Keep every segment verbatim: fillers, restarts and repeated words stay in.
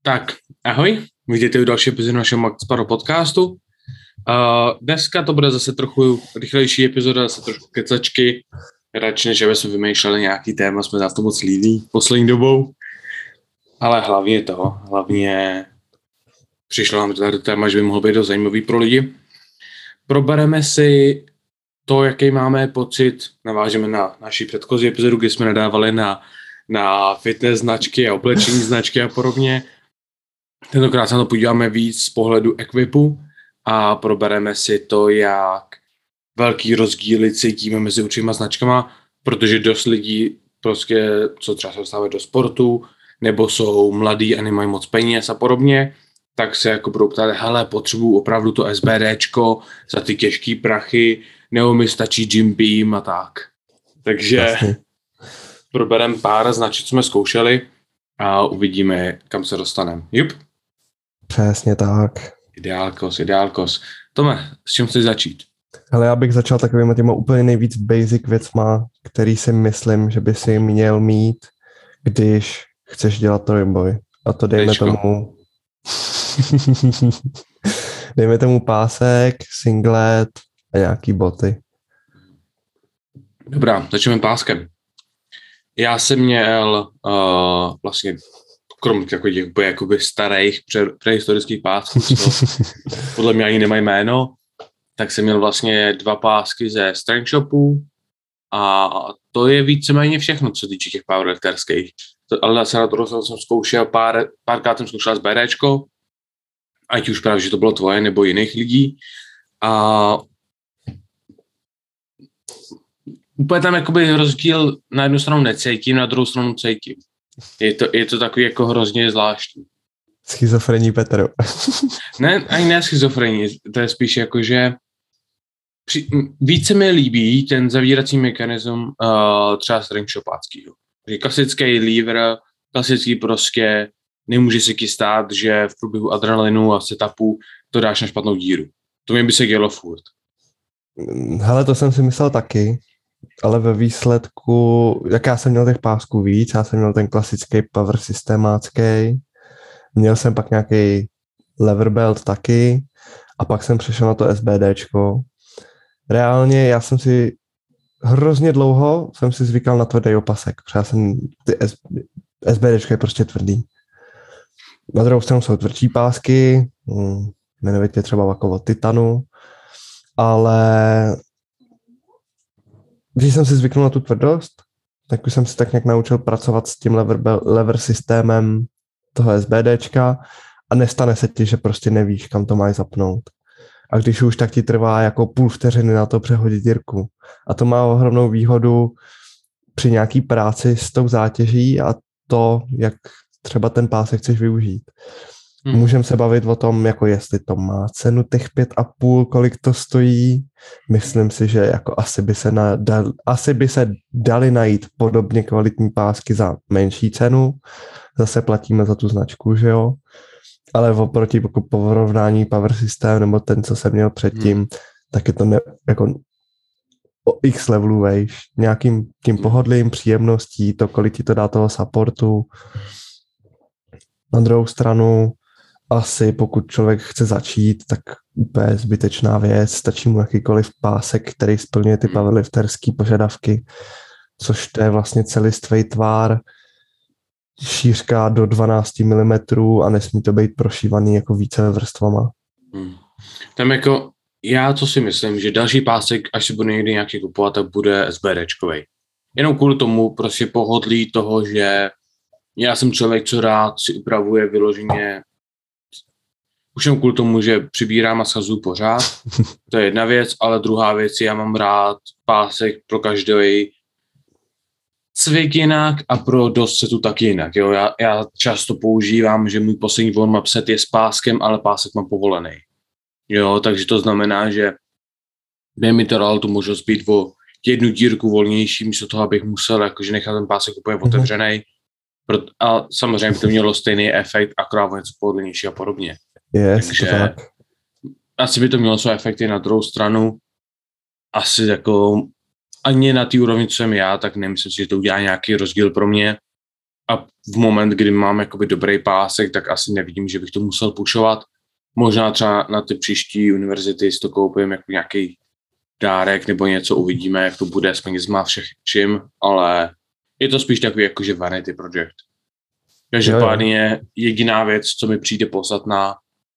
Tak, ahoj, vítejte u další epizody našeho Maxparo podcastu. Uh, dneska to bude zase trochu rychlejší epizoda, zase trošku kecačky. Radši než aby jsme vymýšleli nějaký téma, jsme na to moc líní poslední dobou. Ale hlavně to, hlavně přišlo nám tady téma, že by mohlo být dost zajímavý pro lidi. Probereme si to, jaký máme pocit, navážeme na naší předchozí epizodu, kdy jsme nadávali na, na fitness značky a oblečení značky a podobně. Tentokrát se na to podíváme víc z pohledu equipu a probereme si to, jak velký rozdíly cítíme mezi určitýma značkama, protože dost lidí prostě, co třeba se dostávají do sportu, nebo jsou mladí a nemají moc peněz a podobně, tak se jako budou ptát, hele, potřebuju opravdu to SBDčko za ty těžký prachy, nebo mi stačí Jim Beam a tak. Takže Jasně. probereme pár značek, co jsme zkoušeli a uvidíme, kam se dostaneme. Jup. Přesně tak. Ideálkos, ideálkos. Tome, s čím chceš začít? Ale já bych začal takovýma těma úplně nejvíc basic věcma, který si myslím, že by si měl mít, když chceš dělat trojboj. A to dejme Tečko. tomu... dejme tomu pásek, singlet a nějaký boty. Dobrá, začneme páskem. Já jsem měl uh, vlastně krom jako těch jakoby starých pře, prehistorických pásků, co podle mě ani nemají jméno, tak jsem měl vlastně dva pásky ze Strength Shopu a to je víceméně všechno, co týče těch powerlifterských. Ale se na to jsem zkoušel pár, párkrát jsem zkoušel s BDčko, ať už právě, že to bylo tvoje nebo jiných lidí. A úplně tam jakoby rozdíl na jednu stranu necítím, na druhou stranu cítím. Je to, je to takový jako hrozně zvláštní. Schizofrení Petro. Ne, ani ne schizofrení, to je spíš jako, že při, více mi líbí ten zavírací mechanism uh, třeba Strength Shopáckýho. Klasický lever, klasický prostě, nemůže se ti stát, že v průběhu adrenalinu a setupu to dáš na špatnou díru. To mě by se dělo furt. Hele, to jsem si myslel taky, ale ve výsledku, jak já jsem měl těch pásků víc, já jsem měl ten klasický power systémácký, měl jsem pak nějaký lever belt taky a pak jsem přešel na to SBDčko. Reálně já jsem si hrozně dlouho jsem si zvykal na tvrdý opasek, protože já jsem, ty S, SBDčko je prostě tvrdý. Na druhou stranu jsou tvrdší pásky, jmenovitě třeba jako od Titanu, ale když jsem si zvyknul na tu tvrdost, tak už jsem si tak nějak naučil pracovat s tím lever, lever systémem toho SBDčka a nestane se ti, že prostě nevíš, kam to máš zapnout. A když už, tak ti trvá jako půl vteřiny na to přehodit dírku. A to má ohromnou výhodu při nějaký práci s tou zátěží a to, jak třeba ten pásek chceš využít. Hmm. Můžeme se bavit o tom, jako jestli to má cenu těch pět a půl, kolik to stojí. Myslím si, že jako asi by se, na, dal, asi by se dali najít podobně kvalitní pásky za menší cenu. Zase platíme za tu značku, že jo. Ale oproti jako porovnání power systém nebo ten, co jsem měl předtím, hmm. tak je to ne, jako o x levelů vejš. Nějakým tím pohodlím, příjemností, to, kolik ti to dá toho supportu. Na druhou stranu asi pokud člověk chce začít, tak úplně zbytečná věc, stačí mu jakýkoliv pásek, který splňuje ty powerlifterský požadavky, což to je vlastně celistvý tvár, šířka do dvanáct milimetrů a nesmí to být prošívaný jako více vrstvama. Hmm. Tam jako, já co si myslím, že další pásek, až se bude někdy nějaký kupovat, tak bude SBDčkovej. Jenom kvůli tomu prostě pohodlí toho, že já jsem člověk, co rád si upravuje vyloženě už jen kvůli tomu, že přibírám a schazuju pořád. To je jedna věc, ale druhá věc, já mám rád pásek pro každý cvik jinak a pro dost setu tak jinak. Jo? Já, já často používám, že můj poslední warm-up set je s páskem, ale pásek mám povolený. Jo, takže to znamená, že by mi to dalo tu možnost být o jednu dírku volnější, místo toho, abych musel jakože nechat ten pásek úplně mm-hmm. otevřený. A samozřejmě by to mělo stejný efekt, akorát něco pohodlnější a podobně. Yes, takže to tak. Asi by to mělo své efekty. Na druhou stranu asi jako ani na té úrovni, co jsem já, tak nemyslím si, že to udělá nějaký rozdíl pro mě. a v moment, kdy mám jakoby dobrý pásek, tak asi nevidím, že bych to musel pušovat. Možná třeba na ty příští univerzity si to koupím jako nějaký dárek nebo něco, uvidíme, jak to bude s penězma všech čím, ale je to spíš takový jakože vanity project. Každopádně jediná věc, co mi přijde podstatná,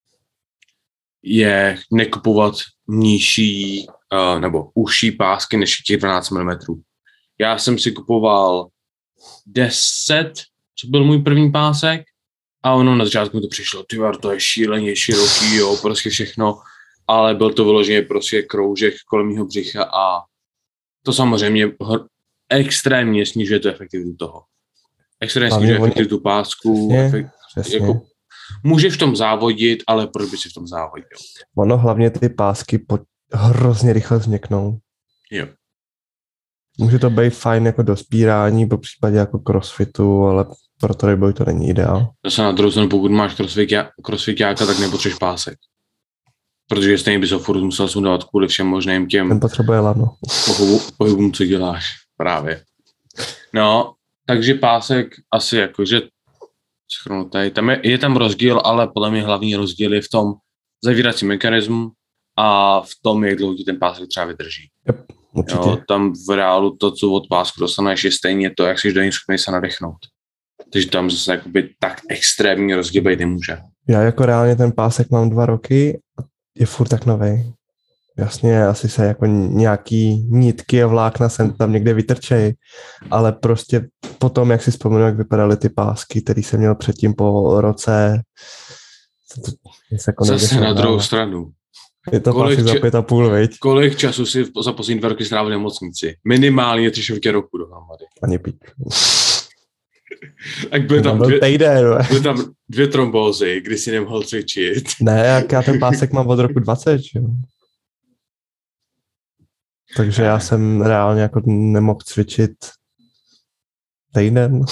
je nekupovat nižší uh, nebo užší pásky než těch dvanáct milimetrů. Já jsem si kupoval deset, co byl můj první pásek, a ono na začátku mi to přišlo, ty to je šíleně široký, jo, prostě všechno, ale byl to vyloženě prostě kroužek kolem mýho břicha a to samozřejmě extrémně snižuje tu efektivitu toho. Extrémně snižuje efektivitu pásku. Přesně, efekt, přesně. Jako, můžeš v tom závodit, ale proč by si v tom závodil? Ono hlavně ty pásky po, hrozně rychle změknou. Jo. Může to být fajn jako do spírání, po případě jako crossfitu, ale pro trojboj to není ideál. Zase na druhou stranu, pokud máš crossfitáka, tak nepotřebuješ pásek. Protože stejně bys ho furt musel sundávat kvůli všem možným těm Ten potřebuje lano. pohybům, co děláš právě. No, takže pásek asi jakože schrnutý. Tam je, je tam rozdíl, ale podle mě hlavní rozdíl je v tom zavíracím mechanismu a v tom, jak dlouho ti ten pásek třeba vydrží. Yep, určitě. Jo, tam v reálu to, co od pásku dostaneš, je stejně to, jak jsi do něj schopný se nadechnout. Takže tam zase jakoby tak extrémní rozdíl být nemůže. Já jako reálně ten pásek mám dva roky a je furt tak novej. Jasně, asi se jako nějaký nitky a vlákna sem tam někde vytrčejí, ale prostě potom, jak si vzpomenu, jak vypadaly ty pásky, který jsem měl předtím po roce. To, jako zase na druhou stranu. Je to kolik pásek či- za pět a půl, veď? Kolik času si za poslední dva roky strávil v nemocnici? Minimálně tři čtvrtě roku dohromady. Ani pít. Tak byly tam, dvě, týden, byly tam dvě trombózy, kdy si nemohl cvičit. Ne, jak já ten pásek mám od roku dvacet, jo. Takže já jsem reálně jako nemohl cvičit týden.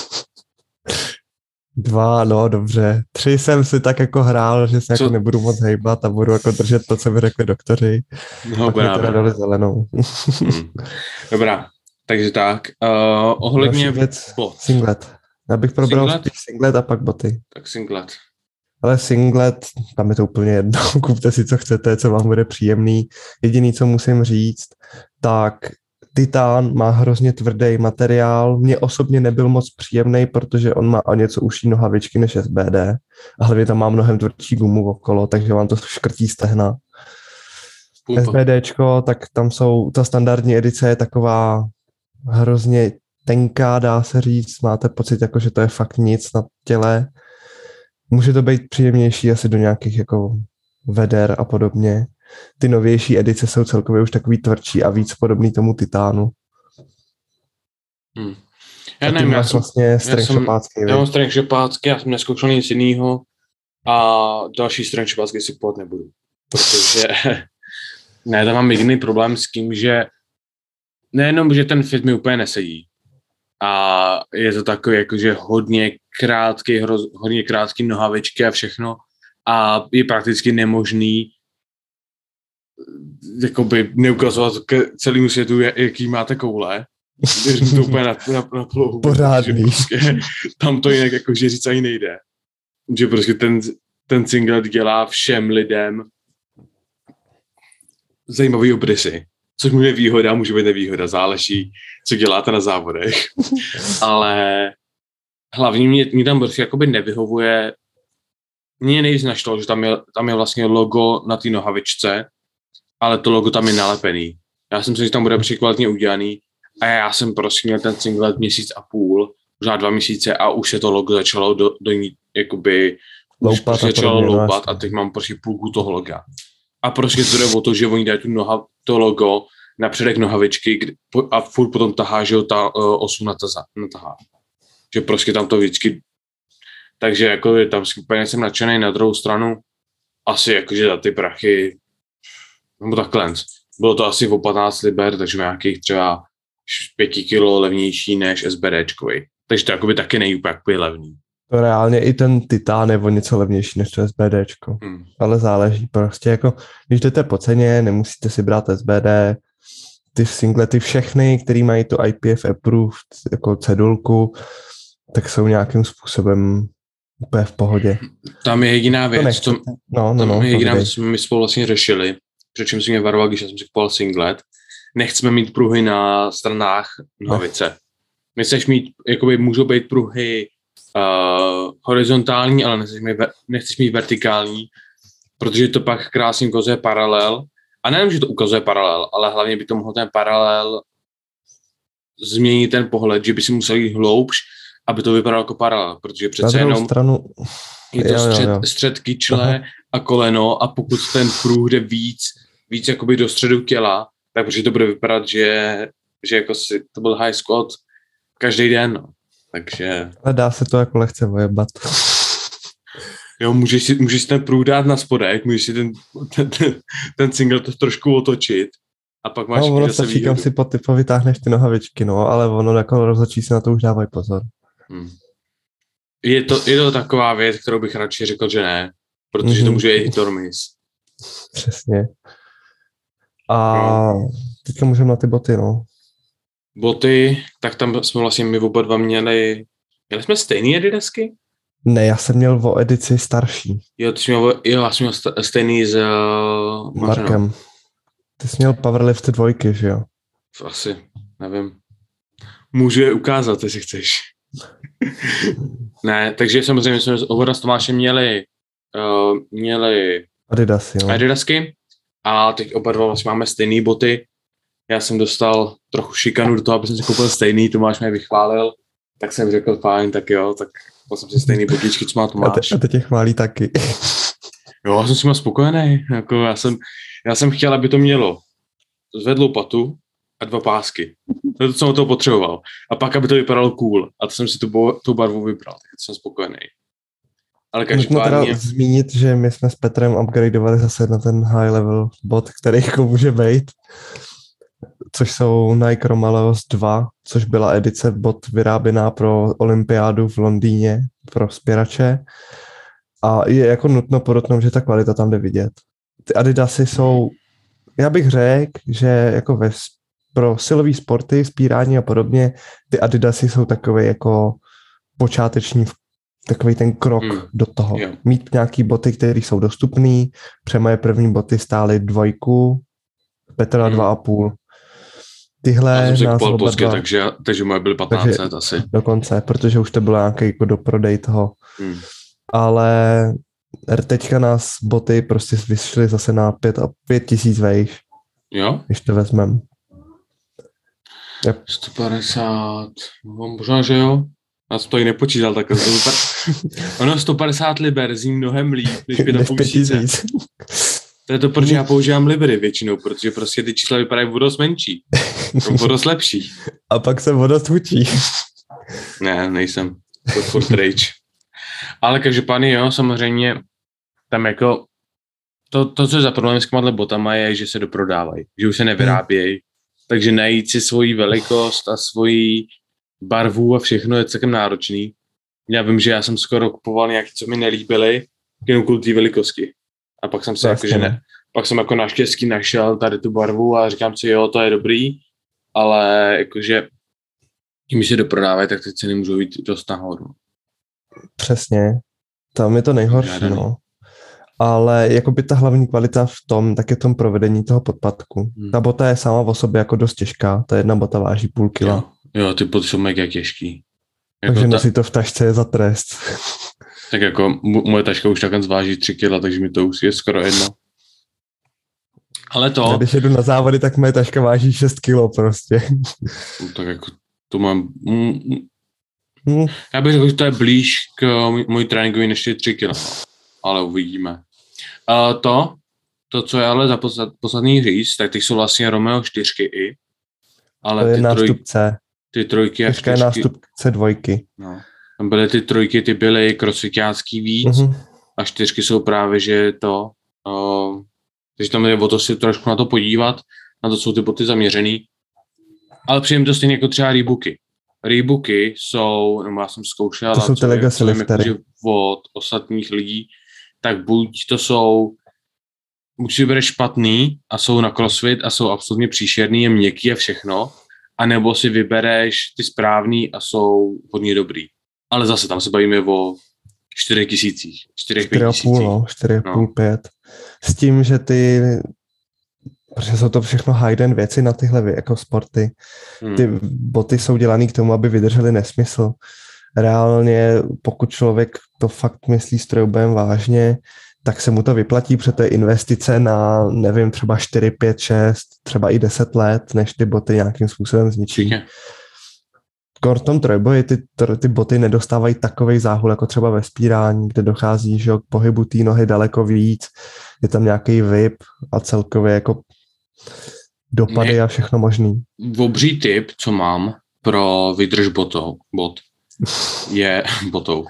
Dva, no dobře. Tři jsem si tak jako hrál, že se co? Jako nebudu moc hejbat a budu jako držet to, co by řekli doktoři. No, pak mi teda dali zelenou. hmm. Dobrá, takže tak. Uh, ohledně věc, singlet. Já bych probral singlet? spíš singlet a pak boty. Tak singlet. Ale singlet, tam je to úplně jedno, kupte si, co chcete, co vám bude příjemný. Jediný, co musím říct, tak titán má hrozně tvrdý materiál. Mně osobně nebyl moc příjemný, protože on má o něco užší nohavičky než S B D. A hlavně tam má mnohem tvrdší gumu okolo, takže vám to škrtí stehna. SBDčko, tak tam jsou, ta standardní edice je taková hrozně tenká, dá se říct. Máte pocit, jako, že to je fakt nic na těle. Může to být příjemnější asi do nějakých jako veder a podobně. Ty novější edice jsou celkově už takový tvrdší a víc podobný tomu titánu. Hmm. Já nevím, já jsem, vlastně strength šopácky. Já mám strength šopácky, já jsem neskoušel nic jinýho a další strength šopácky si kupovat nebudu. Protože ne, tam mám jediný problém s tím, že nejenom, že ten fit mi úplně nesedí, a je to takový jakože hodně krátký, hroz, hodně krátký nohavičky a všechno a je prakticky nemožný jakoby neukazovat k celému světu, jaký máte koule, když to úplně na, na, na plouhu. Pořádný. Prostě, tam to jinak jakože říct ani nejde. Že prostě ten, ten singlet dělá všem lidem zajímavý obrysy. Což může výhoda, může být nevýhoda, záleží, co děláte na závodech. Ale hlavně mě, mě tam prostě jakoby nevyhovuje. Mě nejvíc našlo, že tam je, tam je vlastně logo na té nohavičce, ale to logo tam je nalepený. Já jsem si, že tam bude překvalitně udělaný a já jsem prostě měl ten singlet měsíc a půl, možná dva měsíce a už se to logo začalo do, do ní, jakoby, loupat, prostě začalo loupat a teď mám prostě půlku toho loga. A prostě to jde o to, že oni dají tu noha, to logo na předek nohavičky a furt potom tahá, že ho ta uh, osu nataza, natahá. Že prostě tam to vždycky... Takže jako je tam úplně jsem nadšený, na druhou stranu asi jakože za ty prachy nebo takhle. Bylo to asi o patnáct liber, takže nějakých třeba pět kilo levnější než SBDčkový. Takže to jakoby taky není úplně levný. To reálně i ten titán je o něco levnější než to SBDčko. Hmm. Ale záleží prostě jako, když jdete po ceně, nemusíte si brát S B D, ty singlety všechny, který mají tu I P F approved jako cedulku, tak jsou nějakým způsobem úplně v pohodě. Tam je jediná věc, to, no, no, tam no, je jediná no, věc, co my spolu vlastně řešili, přečím si mě varoval, když jsem si kupoval singlet, nechceme mít pruhy na stranách nohavice. Nechceš mít, jakoby můžou být pruhy uh, horizontální, ale nechceš mít, nechceš mít vertikální, protože to pak krásně ukazuje paralel. A nejenom, že to ukazuje paralel, ale hlavně by to mohl ten paralel změnit ten pohled, že by si musel jít hloubš, aby to vypadalo jako paralel, protože přece jenom stranu... je to jo, střed, jo, jo. střed kyčle Aha. a koleno a pokud ten pruh jde víc, víc jakoby do středu těla, tak protože to bude vypadat, že, že jako si to byl high squat každý den, no. Takže... Ale dá se to jako lehce vojebat. Jo, můžeš si, můžeš si ten pruh dát na spodek, můžeš si ten, ten, ten, ten single to trošku otočit a pak máš No, ono zase stačí, kam výhodu. si po- povytáhneš ty nohavičky, no, ale ono jako rozhodčí si na to už dávají pozor. Hmm. Je, to, je to taková věc, kterou bych radši řekl, že ne, protože mm-hmm. to Mhm. může být hit or miss. Přesně. A No. teďka můžeme na ty boty, no. Boty, tak tam jsme vlastně my oba dva měli, měli jsme stejný adidasky? Ne, já jsem měl o edici starší. Jo, ty jsi měl, jo, já jsem měl st- stejný s uh, Markem. Ty jsi měl Powerlift dvojky, že jo? Asi, nevím. Můžu je ukázat, jestli chceš. Ne, takže samozřejmě jsme oba s Tomášem měli, uh, měli Adidasy, no. adidasky a teď oba dva vlastně máme stejný boty. Já jsem dostal trochu šikanu do toho, aby jsem si koupil stejný, Tomáš mě vychválil, tak jsem řekl fajn, tak jo, tak jsem si stejný botičky, co má A, Tomáš. te, a teď tě chválí taky. Jo, já jsem s nima spokojený, jako já jsem, já jsem chtěl, aby to mělo zvedlou patu a dva pásky. To je to, co jsem od toho potřeboval. A pak, aby to vypadalo cool. A to jsem si tu, bo, tu barvu vybral, tak jsem spokojený. Ale Můžeme teda každopádně... zmínit, že my jsme s Petrem upgradeovali zase na ten high level bot, který jako může být, což jsou Nike Romaleos dva, což byla edice bot vyráběná pro olympiádu v Londýně, pro spěrače. A je jako nutno podotknout, že ta kvalita tam jde vidět. Ty Adidasy jsou, já bych řekl, že jako ve, pro silové sporty, spírání a podobně, ty Adidasy jsou takové jako počáteční, takový ten krok Hmm. do toho. Jo. Mít nějaký boty, které jsou dostupné. Pře moje první boty stály dvojku, Petra Hmm. dva a půl. Tyhle Já jsem si nás kupoval oba pozdě, dva takže, takže moje byly patnáct set asi. dokonce, protože už to bylo nějaký jako doprodej toho. Hmm. Ale teďka nás boty prostě vyšly zase na pět, a pět tisíc vejš, Jo? když to vezmem. Yep. sto padesát, no, možná, že jo. Já jsem to i nepočítal, tak to vypadá. Ono sto padesát liber zní mnohem líp, než pět a půl tisíce. To je to, proč já používám libery většinou, protože prostě ty čísla vypadají o dost menší. O dost lepší. A pak se voda tvučí. Ne, nejsem. To furt rage. Ale každopádně jo, samozřejmě tam jako to, to co je za problém s těmahle botama je, že se doprodávají, že už se nevyrábějí. Hmm. Takže najít si svoji velikost a svoji barvu a všechno je celkem náročný. Já vím, že já jsem skoro kupoval nějaký, co mi nelíbily, jenom kvůli té velikosti. A pak jsem si jako, že ne, pak jsem jako naštěstí našel tady tu barvu a říkám si, jo, to je dobrý, ale jakože když se doprodávají, tak ty ceny můžou jít dost nahoru. Přesně. Tam je to nejhorší, Žádaný. no. Ale jako by ta hlavní kvalita v tom, tak je v tom provedení toho podpatku. Hmm. Ta bota je sama o sobě jako dost těžká, ta jedna bota váží půl kila. Jo, jo ty boty jsou mega těžký. Jako takže ta... nosí to v tašce je za trest. Tak jako m- moje taška už takhle zváží tři kila, takže mi to už je skoro jedno. Ale to... Já když jedu na závody, tak moje taška váží šest kilo prostě. No, tak jako to mám... Mm, hmm. Já bych řekl, že to je blíž k mojí tréninkovi než je tři kila. Ale uvidíme. Uh, to, to, co je ale za posled, poslední říct, tak ty jsou vlastně Romeo čtyřky i. Ale to je ty, nástupce. Troj, ty trojky a čtyřky... je nástupce dvojky. No. Tam byly ty trojky, ty byly crossfitácký víc. Uh-huh. A čtyřky jsou právě, že to... Uh, takže tam je o to si trošku na to podívat. Na to jsou ty boty zaměřený. Ale přijím to stejně jako třeba Reeboky. Reeboky jsou, nebo já jsem zkoušel, to jsou ty legacy liftery od ostatních lidí, tak buď to jsou, buď si vybereš špatný a jsou na crossfit a jsou absolutně příšerný, je měkký a všechno, anebo si vybereš ty správný a jsou hodně dobrý. ale zase tam se bavíme o čtyřech tisících, čtyřech, pět čtyři a půl, tisících. no, čtyři a půl, No. pět. S tím, že ty, protože jsou to všechno high-end věci na tyhle vě- jako sporty, Hmm. ty boty jsou dělaný k tomu, aby vydržely nesmysl. Reálně, pokud člověk to fakt myslí strojobem vážně, tak se mu to vyplatí, protože to je investice na, nevím, třeba čtyři, pět, šest, třeba i deset let, než ty boty nějakým způsobem zničí. Určitě. V tom trojboji ty, ty boty nedostávají takovej záhul, jako třeba ve spírání, kde dochází že, k pohybu té nohy daleko víc, je tam nějaký vip a celkově jako dopady Ne. a všechno možný. Obří tip, co mám pro vydrž botou, bot, je botou.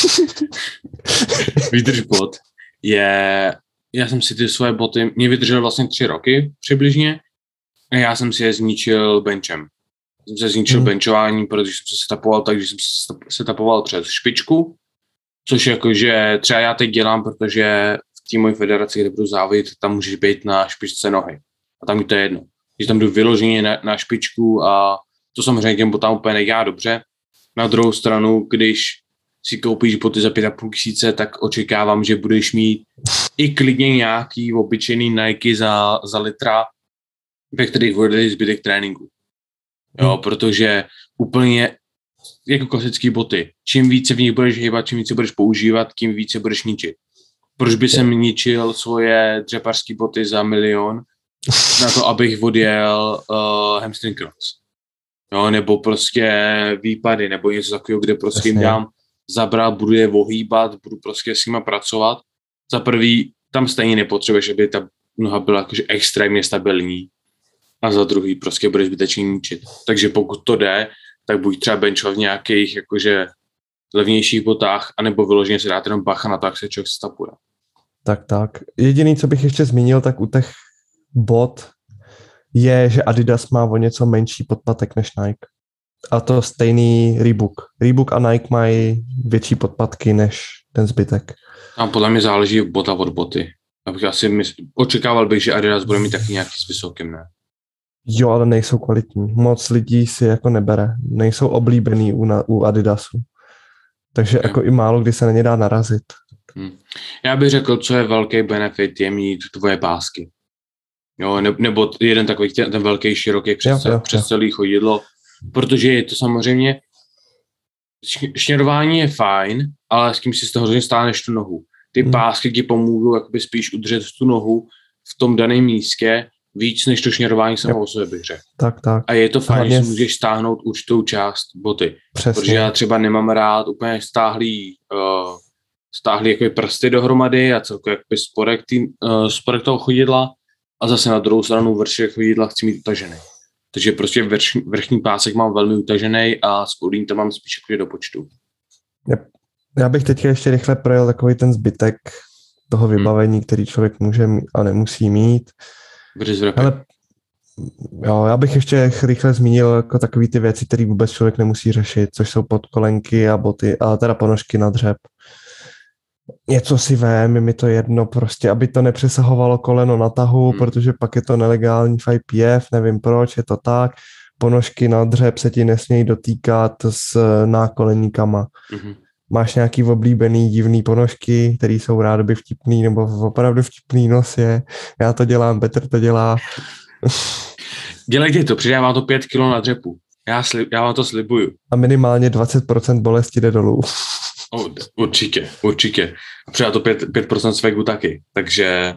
Vydrž bot je, já jsem si ty svoje boty, mě vydržel vlastně tři roky přibližně a já jsem si je zničil benchem. Jsem se zničil hmm. benchováním, protože jsem se setapoval tak, že jsem se setapoval přes špičku, což jakože třeba já teď dělám, protože v té mojí federaci, kde budu závodit, tam můžeš být na špičce nohy. A tam mi to je jedno. Když tam jdu vyloženě na, na špičku a to samozřejmě těm botám úplně nedělá dobře. Na druhou stranu, když si koupíš boty za pět a půl tisíce, tak očekávám, že budeš mít i klidně nějaký obyčejný Nike za, za litra, ve kterých bude zbytek tréninku. Jo, hmm. protože úplně jako klasické boty, čím více v nich budeš hýbat, čím více budeš používat, tím více budeš ničit. Proč by jsem ničil svoje dřepařské boty za milion na to, abych odjel uh, hamstring cross. Jo, nebo prostě výpady, nebo něco takového, kde prostě jim dám zabrat, budu je ohýbat, budu prostě s nima pracovat. Za prvý, tam stejně nepotřebuješ, aby ta noha byla jakože extrémně stabilní. A za druhý prostě bude zbytečně ničit. Takže pokud to jde, tak buď třeba benchovat v nějakých jakože levnějších botách, anebo vyloženě si dát jenom bacha na to, jak se člověk stapuje. Tak, tak. Jediný, co bych ještě zmínil, tak u těch bot je, že Adidas má o něco menší podpatek než Nike. A to stejný Reebok. Reebok a Nike mají větší podpatky než ten zbytek. Tam podle mě záleží bota od boty. Abych asi mysl... Očekával bych, že Adidas bude mít taky nějaký s vysokým, ne? Jo, ale nejsou kvalitní. Moc lidí si jako nebere. Nejsou oblíbený u, na, u Adidasu. Takže okay. jako i málo kdy se na ně dá narazit. Hmm. Já bych řekl, co je velký benefit, je mít tvoje pásky. Jo, ne, nebo jeden takový ten, ten velký široký přes, jo, jo, přes celý chodidlo, protože je to samozřejmě šněrování je fajn, ale s tím si z toho hrozně stáneš tu nohu. Ty hmm. pásky ti pomůžou jakoby spíš udržet tu nohu v tom daném místě víc než to šněrování samo o sobě bych řekl. Tak, tak. A je to fajn, Hlavně... že si můžeš stáhnout určitou část boty. Přesně. Protože já třeba nemám rád úplně stáhlý, uh, stáhlý jakoby prsty dohromady a celkově jakoby spodek, tý, uh, spodek toho chodidla a zase na druhou stranu vršek chodidla chci mít utažený. Takže prostě vrch, vrchní pásek mám velmi utažený a spodní to mám spíš jako do počtu. Já bych teď ještě rychle projel takový ten zbytek toho vybavení, hmm. který člověk může a nemusí mít. Ale jo, já bych ještě rychle zmínil jako takový ty věci, které vůbec člověk nemusí řešit, což jsou podkolenky a boty, a teda ponožky na dřep. Něco si vem, je mi to jedno, prostě, aby to nepřesahovalo koleno na tahu, hmm. protože pak je to nelegální v I P F, nevím proč, je to tak. Ponožky na dřep se ti nesmějí dotýkat s nákoleníkama. Hmm. Máš nějaký oblíbený divný ponožky, které jsou rádoby vtipný, nebo opravdu vtipný nos je. Já to dělám, Petr to dělá. Dělejte to, přidává to pět kilo na dřepu. Já, slib, já vám to slibuju. A minimálně dvacet procent bolesti jde dolů. Oh, určitě, určitě. A přidá to pět procent svagu taky, takže...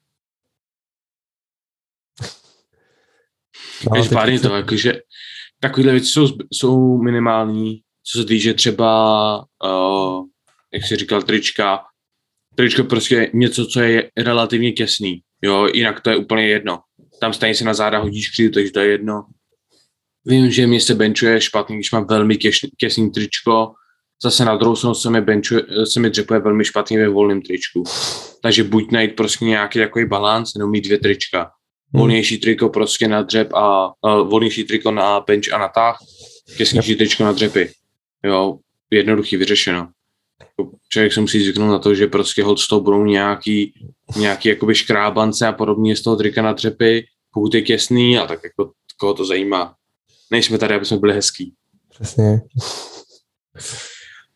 No, Každopádně to, jakože takovýhle věci jsou, jsou minimální, co se týče třeba, uh, jak jsi říkal, trička. Tričko prostě něco, co je relativně těsný, jo, jinak to je úplně jedno. Tam stejně se na záda hodíš křídu, takže to je jedno. Vím, že mě se benchuje špatný, když mám velmi těsný tričko, zase na druhou stranu se mi, benchuje, se mi dřepuje velmi špatný ve volném tričku. Takže buď najít prostě nějaký takový balans, nebo mít dvě trička. Volnější triko prostě na dřep a uh, volnější triko na bench a na tah, těsnější yep. tričko na dřepy. Jo, jednoduchý, vyřešeno. Člověk se musí zvyknout na to, že prostě hod z toho budou nějaký, nějaký jakoby škrábance a podobně z toho trika na dřepy, pokud je těsný, a tak jako koho to zajímá. Nejsme tady, aby jsme byli hezký. Přesně.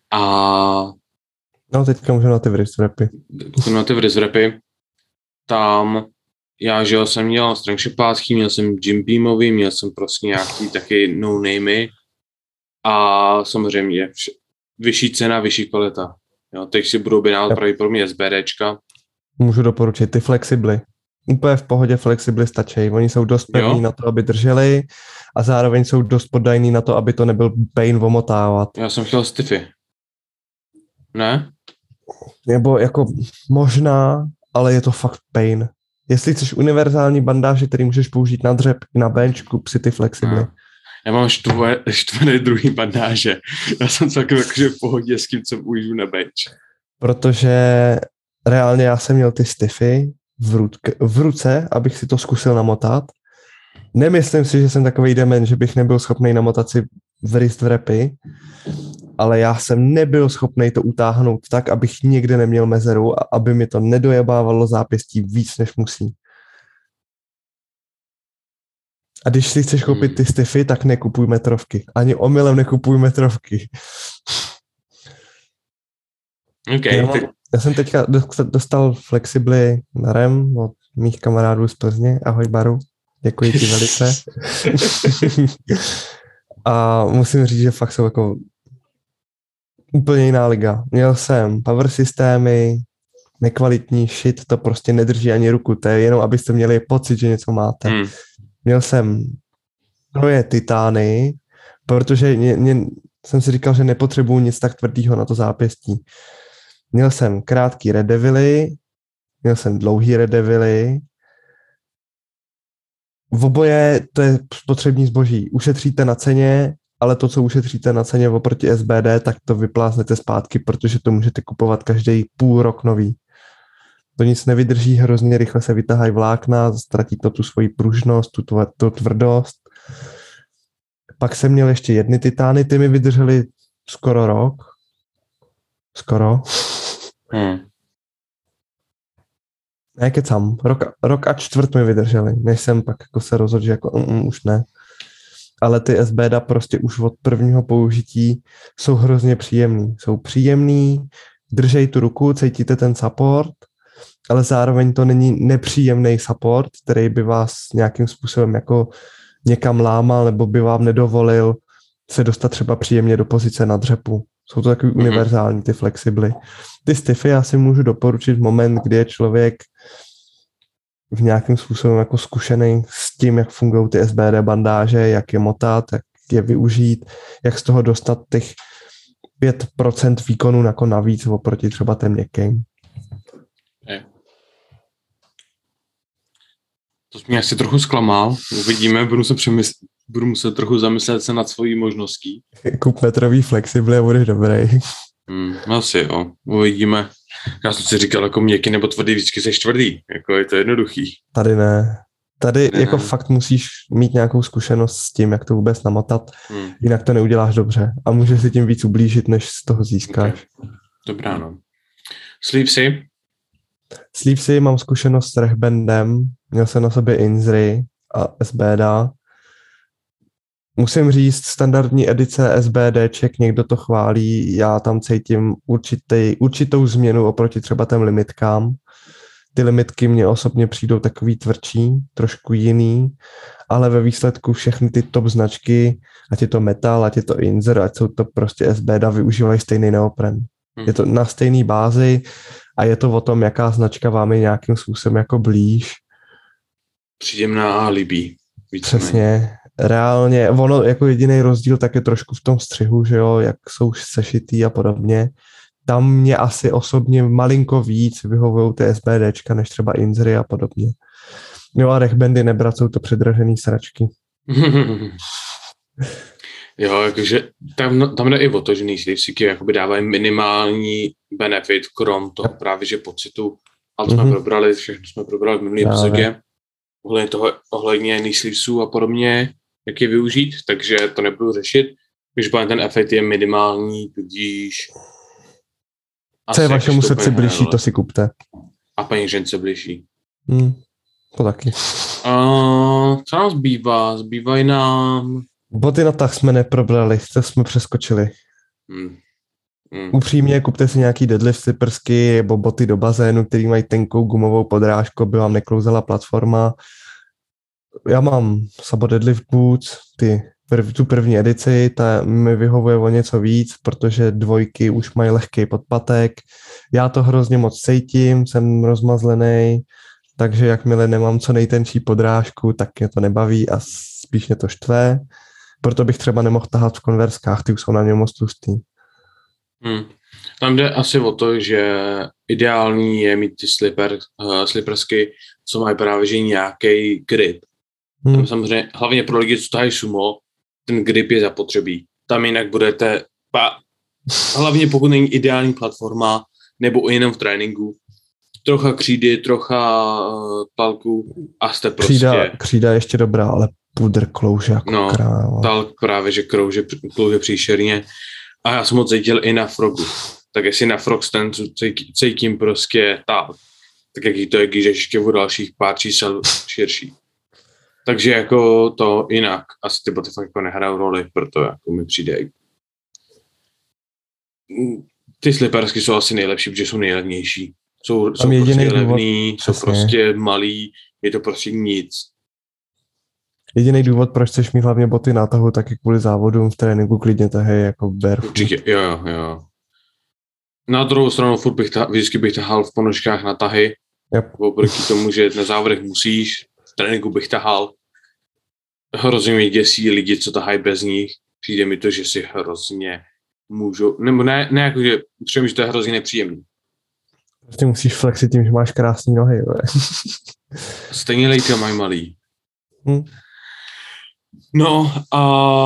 A no teďka můžeme na ty wristwrapy. na ty wristwrapy, tam já, že jo, jsem měl strengthshipátky, měl jsem Jim Beamový, měl jsem prostě nějaký taky no-namey a samozřejmě vš- vyšší cena, vyšší kvalita. Jo, teď si budou objednávat pravděpodobně SBDčka. Můžu doporučit ty flexibly. Úplně v pohodě flexibly stačí. Oni jsou dost pevní Jo. na to, aby drželi a zároveň jsou dost poddajný na to, aby to nebyl pain omotávat. Já jsem chtěl stiffy. Ne? Nebo jako možná, ale je to fakt pain. Jestli chceš univerzální bandáže, který můžeš použít na dřep i na bench, kup si ty flexibly. Ne. Já mám štve, štvené druhý bandáže. Já jsem celkem jakože v pohodě s tím, co použiju na bench. Protože reálně já jsem měl ty stiffy v, rudke, v ruce, abych si to zkusil namotat. Nemyslím si, že jsem takovej demen, že bych nebyl schopný namotat si wrist wrapy, ale já jsem nebyl schopný to utáhnout tak, abych nikde neměl mezeru a aby mi to nedojebávalo zápěstí víc, než musí. A když si chceš koupit ty stiffy, tak nekupuj metrovky. Ani omylem nekupuj metrovky. Okay, já, mám, já jsem teďka dostal flexibly na rem od mých kamarádů z Plzně. Ahoj Baru, děkuji ti velice. A musím říct, že fakt jsou jako úplně jiná liga. Měl jsem power systémy, nekvalitní shit, to prostě nedrží ani ruku, to je jenom, abyste měli pocit, že něco máte. Hmm. Měl jsem troje titány, protože mě, mě, jsem si říkal, že nepotřebuju nic tak tvrdýho na to zápěstí. Měl jsem krátký Red Devily, měl jsem dlouhý Red Devily. V oboje to je spotřební zboží. Ušetříte na ceně, ale to, co ušetříte na ceně oproti S B D, tak to vypláznete zpátky, protože to můžete kupovat každý půl rok nový. To nic nevydrží, hrozně rychle se vytahají vlákna, ztratí to tu svoji pružnost, tu, tu tvrdost. Pak jsem měl ještě jedny titány, ty mi vydržely skoro rok. Skoro. Hmm. Ne, kecám. Rok, rok a čtvrt mi vydrželi, než jsem pak jako se rozhodl, že jako mm, už ne. Ale ty S B D prostě už od prvního použití jsou hrozně příjemný. Jsou příjemný, držej tu ruku, cítíte ten support, ale zároveň to není nepříjemný support, který by vás nějakým způsobem jako někam lámal nebo by vám nedovolil se dostat třeba příjemně do pozice na dřepu. Jsou to takový mm-hmm. univerzální, ty flexibly. Ty stiffy já si můžu doporučit v moment, kdy je člověk v nějakým způsobem jako zkušený s tím, jak fungují ty S B D bandáže, jak je motat, jak je využít, jak z toho dostat těch pět procent výkonu jako navíc oproti třeba těm měkkým. Je. To mě asi trochu zklamal. Uvidíme, budu, se přemysl- budu muset trochu zamyslet se nad svojí možností. Kup metrový flexibly a budeš dobrý. Hmm, asi jo, uvidíme. Já jsem si říkal, jako měkký nebo tvrdý, vždycky seš tvrdý. Jako je to jednoduchý. Tady ne. Tady ne. jako fakt musíš mít nějakou zkušenost s tím, jak to vůbec namotat, hmm. jinak to neuděláš dobře a můžeš si tím víc ublížit, než z toho získáš. Okay. Dobrá, no. Sleevesy? Sleevesy mám zkušenost s rehbandem, měl jsem na sobě Inzry a SBD. Musím říct, standardní edice SBDček, někdo to chválí, já tam cítím určitý, určitou změnu oproti třeba těm limitkám. Ty limitky mě osobně přijdou takový tvrdší, trošku jiný, ale ve výsledku všechny ty top značky, ať je to Metal, ať je to Inzer, ať jsou to prostě S B D, využívají stejný neopren. Hmm. Je to na stejný bázi a je to o tom, jaká značka vám je nějakým způsobem jako blíž. Příjemná a líbí. Přesně. Reálně, ono jako jediný rozdíl tak je trošku v tom střihu, že jo, jak jsou sešitý a podobně. Tam mě asi osobně malinko víc vyhovují ty SBDčka, než třeba Inzry a podobně. Jo a rechbandy nebrat, jsou to předražený sračky. Jo, jakože tam, tam jde i o to, že nejslivsíky jakoby dávají minimální benefit krom toho právě, že pocitu, ale jsme mm-hmm. probrali, všechno jsme probrali v minulý epizodě, ohledně toho, ohledně nejslivsů a podobně, jak je využít, takže to nebudu řešit. Když bude ten efekt je minimální, tudíž co je vašemu srdci blížší, to si kupte. A paní žence blížší. Hmm, to taky. A co nám zbývá? Zbývají nám... Boty na tah jsme neprobrali, to jsme přeskočili. Hmm. Hmm. Upřímně, kupte si nějaký deadlift slippersky nebo boty do bazénu, který mají tenkou gumovou podrážku, aby vám neklouzela platforma. Já mám Sabo deadlift boots, ty, prv, tu první edici, ta mi vyhovuje o něco víc, protože dvojky už mají lehký podpatek. Já to hrozně moc cítím, jsem rozmazlený, takže jakmile nemám co nejtenčí podrážku, tak mě to nebaví a spíš mě to štve. Proto bych třeba nemohl tahat v konverskách, ty už jsou na něm moc tlustý. Hmm. Tam jde asi o to, že ideální je mít ty slipper, uh, slippersky, co mají právě že nějaký grip. Hmm. Tam samozřejmě, hlavně pro lidi, co tahají sumo, ten grip je zapotřebí. Tam jinak budete, pa, hlavně pokud není ideální platforma, nebo jenom v tréninku, trocha křídy, trocha uh, palku a jste prostě... Křída, křída je ještě dobrá, ale pudr klouže jako no, kráva. Talk právě, že klouže, klouže příšerně. A já jsem ho cítil i na frogu. Tak jestli na frog stancu cítím prostě talk, tak jaký to je, když ještě o dalších pár čísel širší. Takže jako to jinak. Asi ty boty fakt jako nehrajou roli, proto jako mi přijde. Ty slippersky jsou asi nejlepší, protože jsou nejlevnější. Jsou, jsou prostě levný, jsou prostě malý, je to prostě nic. Jediný důvod, proč chceš mít hlavně boty na tahu, tak je kvůli závodům v tréninku klidně tahej jako barefoot. Určitě, jo, jo, jo. Na druhou stranu furt bych ta, vždycky bych tahal v ponožkách na tahy. Yep. Oproti tomu, že na závodech musíš, v tréninku bych tahal. Hrozně mi děsí lidi, co tahají bez nich. Přijde mi to, že si hrozně můžou, nebo ne, ne jako, že přijde, že to je hrozně nepříjemný. Prostě musíš flexit tím, že máš krásný nohy, ale. Stejně lejka mají malý. Hm. No a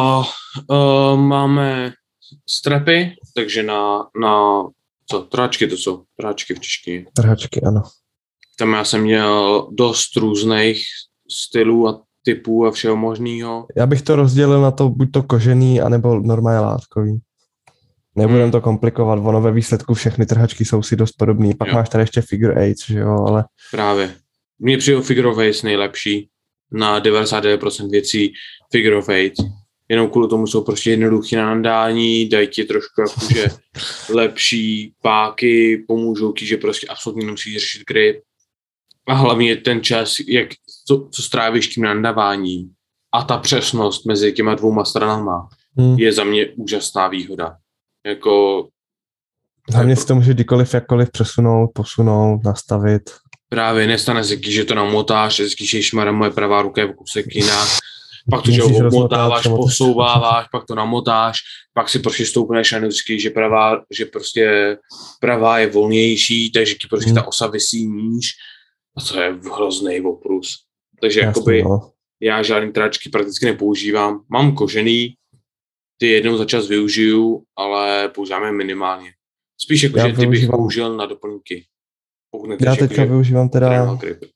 uh, máme strapy, takže na, na co, trhačky to jsou, trhačky v češtině. Trhačky, ano. Tam já jsem měl dost různých stylů a typů a všeho možného. Já bych to rozdělil na to buď to kožený, anebo normálně látkový. Nebudem to komplikovat, ono ve výsledku všechny trhačky jsou si dost podobný. Pak jo. Máš tady ještě figure eights, že jo, ale... Právě. Mně přijde figure of eights nejlepší. Na devadesát devět procent věcí figure of eight. Jenom kvůli tomu jsou prostě jednoduchý na nadání, dají ti trošku jakože lepší páky, pomůžou ti, že prostě absolutně nemusíš řešit grip. A hlavně ten čas, jak, co, co strávíš tím nadávání a ta přesnost mezi těma dvouma stranama hmm. je za mě úžasná výhoda. Jako... Hlavně si to může kdykoliv, jakkoliv přesunout, posunout, nastavit. Právě nestane se, že to namotáš, že ježmara, moje pravá ruka je v kousek jinak, pak to, že ho obmotáváš, posouváváš, pak to namotáš, pak si prostě stoupneš a nevždycky, že pravá, že prostě pravá je volnější, takže ti prostě hmm. ta osa visí níž a to je hrozný oprus. Takže Jasný, jakoby no. Já žádný tráčky prakticky nepoužívám. Mám kožený, ty jednou za čas využiju, ale používám je minimálně. Spíš jako, já že ty bych použil na doplňky. Já teďka jako, využívám teda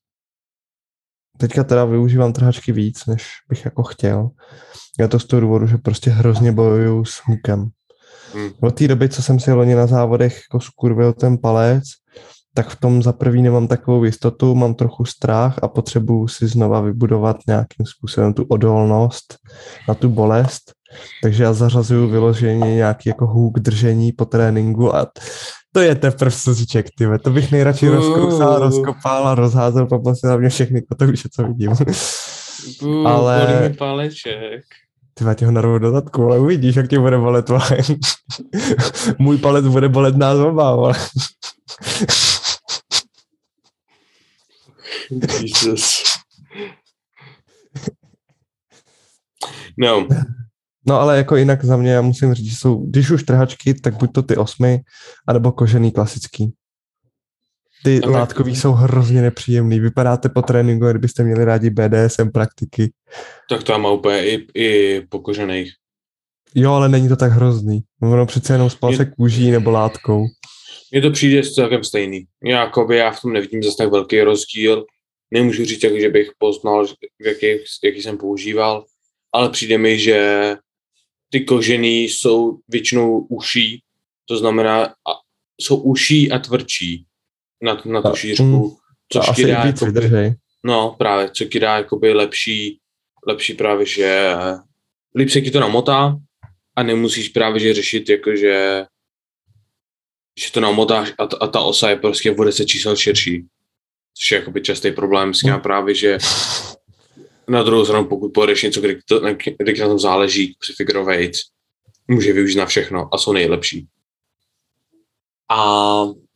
teďka teda využívám trhačky víc, než bych jako chtěl. Já to z toho důvodu, že prostě hrozně bojuju s hookem. Hmm. Od té doby, co jsem si loni na závodech jako skurvil ten palec, tak v tom za prvý nemám takovou jistotu, mám trochu strach a potřebuju si znova vybudovat nějakým způsobem tu odolnost na tu bolest. Takže já zařazuju vyloženě nějaký jako hook držení po tréninku a to je teprv slziček, tyve. To bych nejradši uh. rozkousal, rozkopal a rozházel po plese na mě všechny kotouše, co vidím. Uh, ale... Bolí mi paleček. Tyva, tě ho narvu do zadku, ale uvidíš, jak tě bude bolet. Můj palec bude bolet nás oba, ale... Jesus. No. No ale jako jinak za mě, já musím říct, že jsou, když už trhačky, tak buď to ty osmy, anebo kožený klasický. Ty okay. Látkový jsou hrozně nepříjemný. Vypadáte po tréninku, kdybyste měli rádi bé dé es em praktiky. Tak to má úplně i, i po kožených. Jo, ale není to tak hrozný. Ono přece jenom spal se kůží nebo látkou. Mně to přijde celkem stejný. Já, jakoby, já v tom nevidím zase tak velký rozdíl. Nemůžu říct, že bych poznal, jaký, jaký jsem používal, ale přijde mi, že ty kožený jsou většinou uší, to znamená, a jsou uší a tvrdší na, na tu šířku, což ti dá, jakoby, no právě, co ti dá jakoby lepší, lepší právě, že líp se ti to namotá a nemusíš právě že řešit jakože že to namotáš a, t- a ta osa je prostě o deset čísel širší. Což je jakoby častý problém s tím právě, že na druhou stranu, pokud pojedeš něco, kdy, to, kdy na tom záleží, při figure of eight, může využít na všechno a jsou nejlepší. A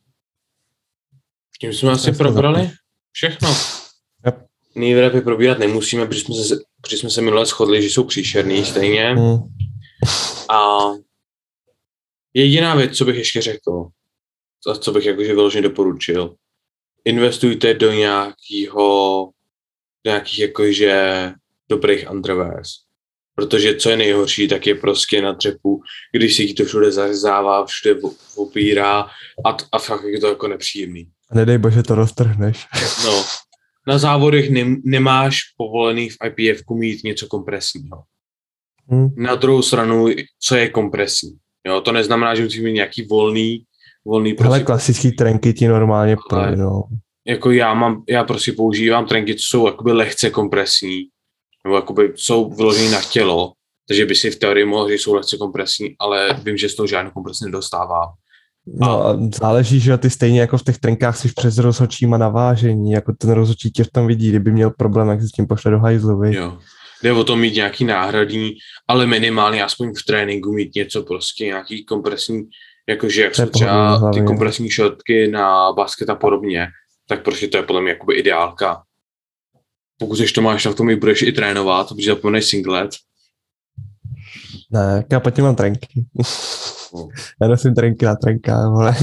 tím jsme asi probrali všechno. Yep. Nejvrapy probírat nemusíme, protože jsme se, protože jsme se minule shodli, že jsou příšerný stejně. Mm. A jediná věc, co bych ještě řekl, a co bych jakože vyloženě doporučil, investujte do nějakého, do nějakých jakože dobrých underwears. Protože co je nejhorší, tak je prostě na dřepu, když si to všude zařezává, všude opírá a, a fakt je to jako nepříjemný. Nedej bože, to roztrhneš. No, na závodech ne, nemáš povolený v I P F ku mít něco kompresního. Hmm. Na druhou stranu, co je kompresní? Jo, to neznamená, že musí mít nějaký volný, volný Ale prostě klasický trenky ti normálně plynou. Jako já mám, já prostě používám trenky, co jsou jakoby lehce kompresní, nebo jakoby jsou vyložený na tělo, takže by si v teorii mohl říct, že jsou lehce kompresní, ale vím, že z toho žádnou kompresi nedostává. No a záleží, že ty stejně jako v těch trenkách jsi přes rozhodčíma navážení, jako ten rozhodčí tě v tom vidí, kdyby měl problém, jak si s tím pošle do hajzlu. Jo. Jde o tom mít nějaký náhradní, ale minimálně aspoň v tréninku mít něco prostě, nějaký kompresní, jakože jak jsou třeba ty kompresní šotky na basket a podobně, tak prostě to je podle mě jakoby ideálka. Pokud jsi to máš, tak to mi budeš i trénovat, protože zapomeneš singlet. Ne, já patně mám trenky. Oh. Já nosím trenky na trenkách, vole.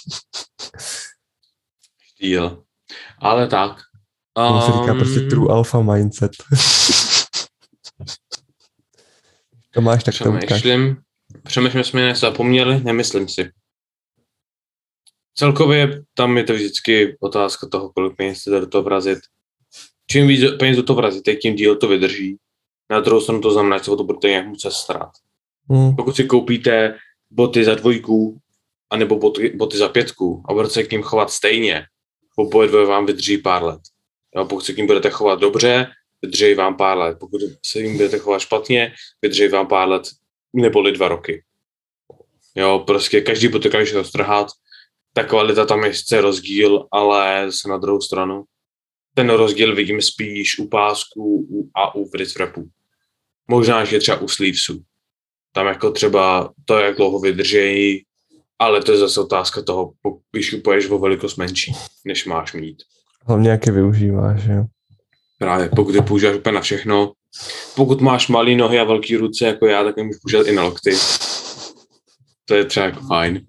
Štýl. Ale tak. To um... se říká prostě true alpha mindset. To máš, tak to ukáž. Přemýšlím, jsme nezapomněli, nemyslím si. Celkově tam je to vždycky otázka toho, kolik peněz chcete do toho vrazit. Čím víc peněz do toho vrazíte, tím díl to vydrží. Na druhou stranu to znamená, že se o to budete nějak muset starat. Hmm. Pokud si koupíte boty za dvojku, anebo boty, boty za pětku a budete se k ním chovat stejně, oboje dvoje vám vydrží pár let. Jo, pokud se k ním budete chovat dobře, vydrží vám pár let. Pokud se jim budete chovat špatně, vydrží vám pár let, neboli dva roky. Jo, prostě každý bod dokáže to strhat. Ta kvalita tam je sice rozdíl, ale se na druhou stranu. Ten rozdíl vidím spíš u pásků a u wrist wrapů. Možná, že třeba u sleevesu. Tam jako třeba to, jak dlouho vydrží, ale to je zase otázka toho, když kupuješ o velikost menší, než máš mít. Hlavně jak je využíváš, jo? Právě, pokud je používáš úplně na všechno. Pokud máš malé nohy a velké ruce jako já, tak nemůžu používat i na lokty. To je třeba jako fajn.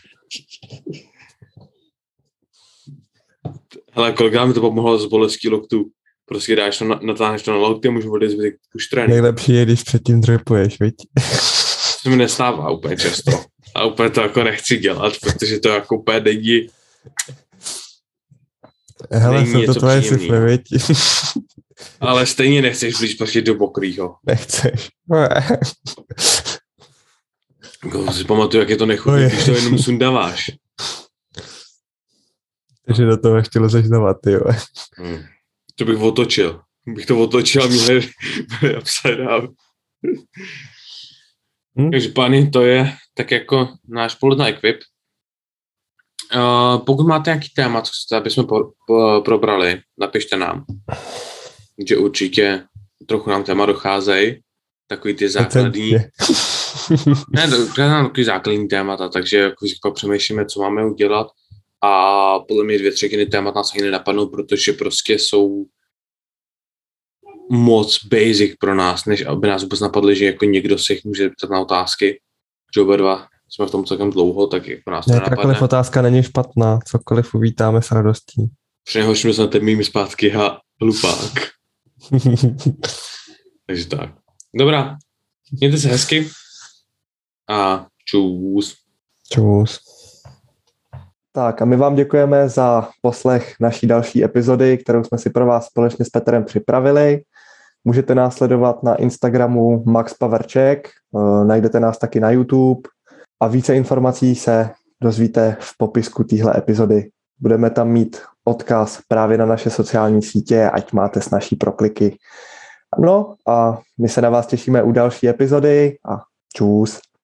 Hele, kolikrát mi to pomohlo z bolestí loktu. Prostě dáš to, natáhneš to na lokty a můžu odjet zbytek už trénink. Nejlepší je, když předtím dropuješ, viď? To mi nestává úplně často. A úplně to jako nechci dělat, protože to jako úplně není... Hele, jsou to tvoje cifry, viď? Ale stejně nechceš blíž prostě do pokrýho. Nechceš. Jako si pamatuju, jak je to nechutné, když to jenom sundáváš. Takže do toho ještě lezeš znova, ty jo. Hmm. To bych otočil. Bych to otočil a měl upside down. Hmm? Takže páni, to je tak jako náš pohled na Equip. Uh, pokud máte nějaký téma, co chcete, aby jsme po, po, probrali, napište nám. Že určitě trochu nám téma docházejí. Takový ty základní. Ne, to je nám takový základní témata, takže jako, jako přemýšlíme, co máme udělat. A podle mě dvě třetiny témat nás ani nenapadnou, protože prostě jsou moc basic pro nás, než aby nás vůbec napadly, že jako někdo se jich může ptat na otázky. Že oba dva jsme v tom celkem dlouho, tak jako nás to ne, nenapadne. Jakkoliv otázka není špatná, cokoliv uvítáme s radostí. Přehošme se na ten mým zpátky a hlupák. Takže tak. Dobrá, mějte se hezky a čus. Čus. Tak a my vám děkujeme za poslech naší další epizody, kterou jsme si pro vás společně s Petrem připravili. Můžete nás sledovat na Instagramu Max Paverček, najdete nás taky na YouTube a více informací se dozvíte v popisku téhle epizody. Budeme tam mít odkaz právě na naše sociální sítě, ať máte snazší prokliky. No a my se na vás těšíme u další epizody a čus.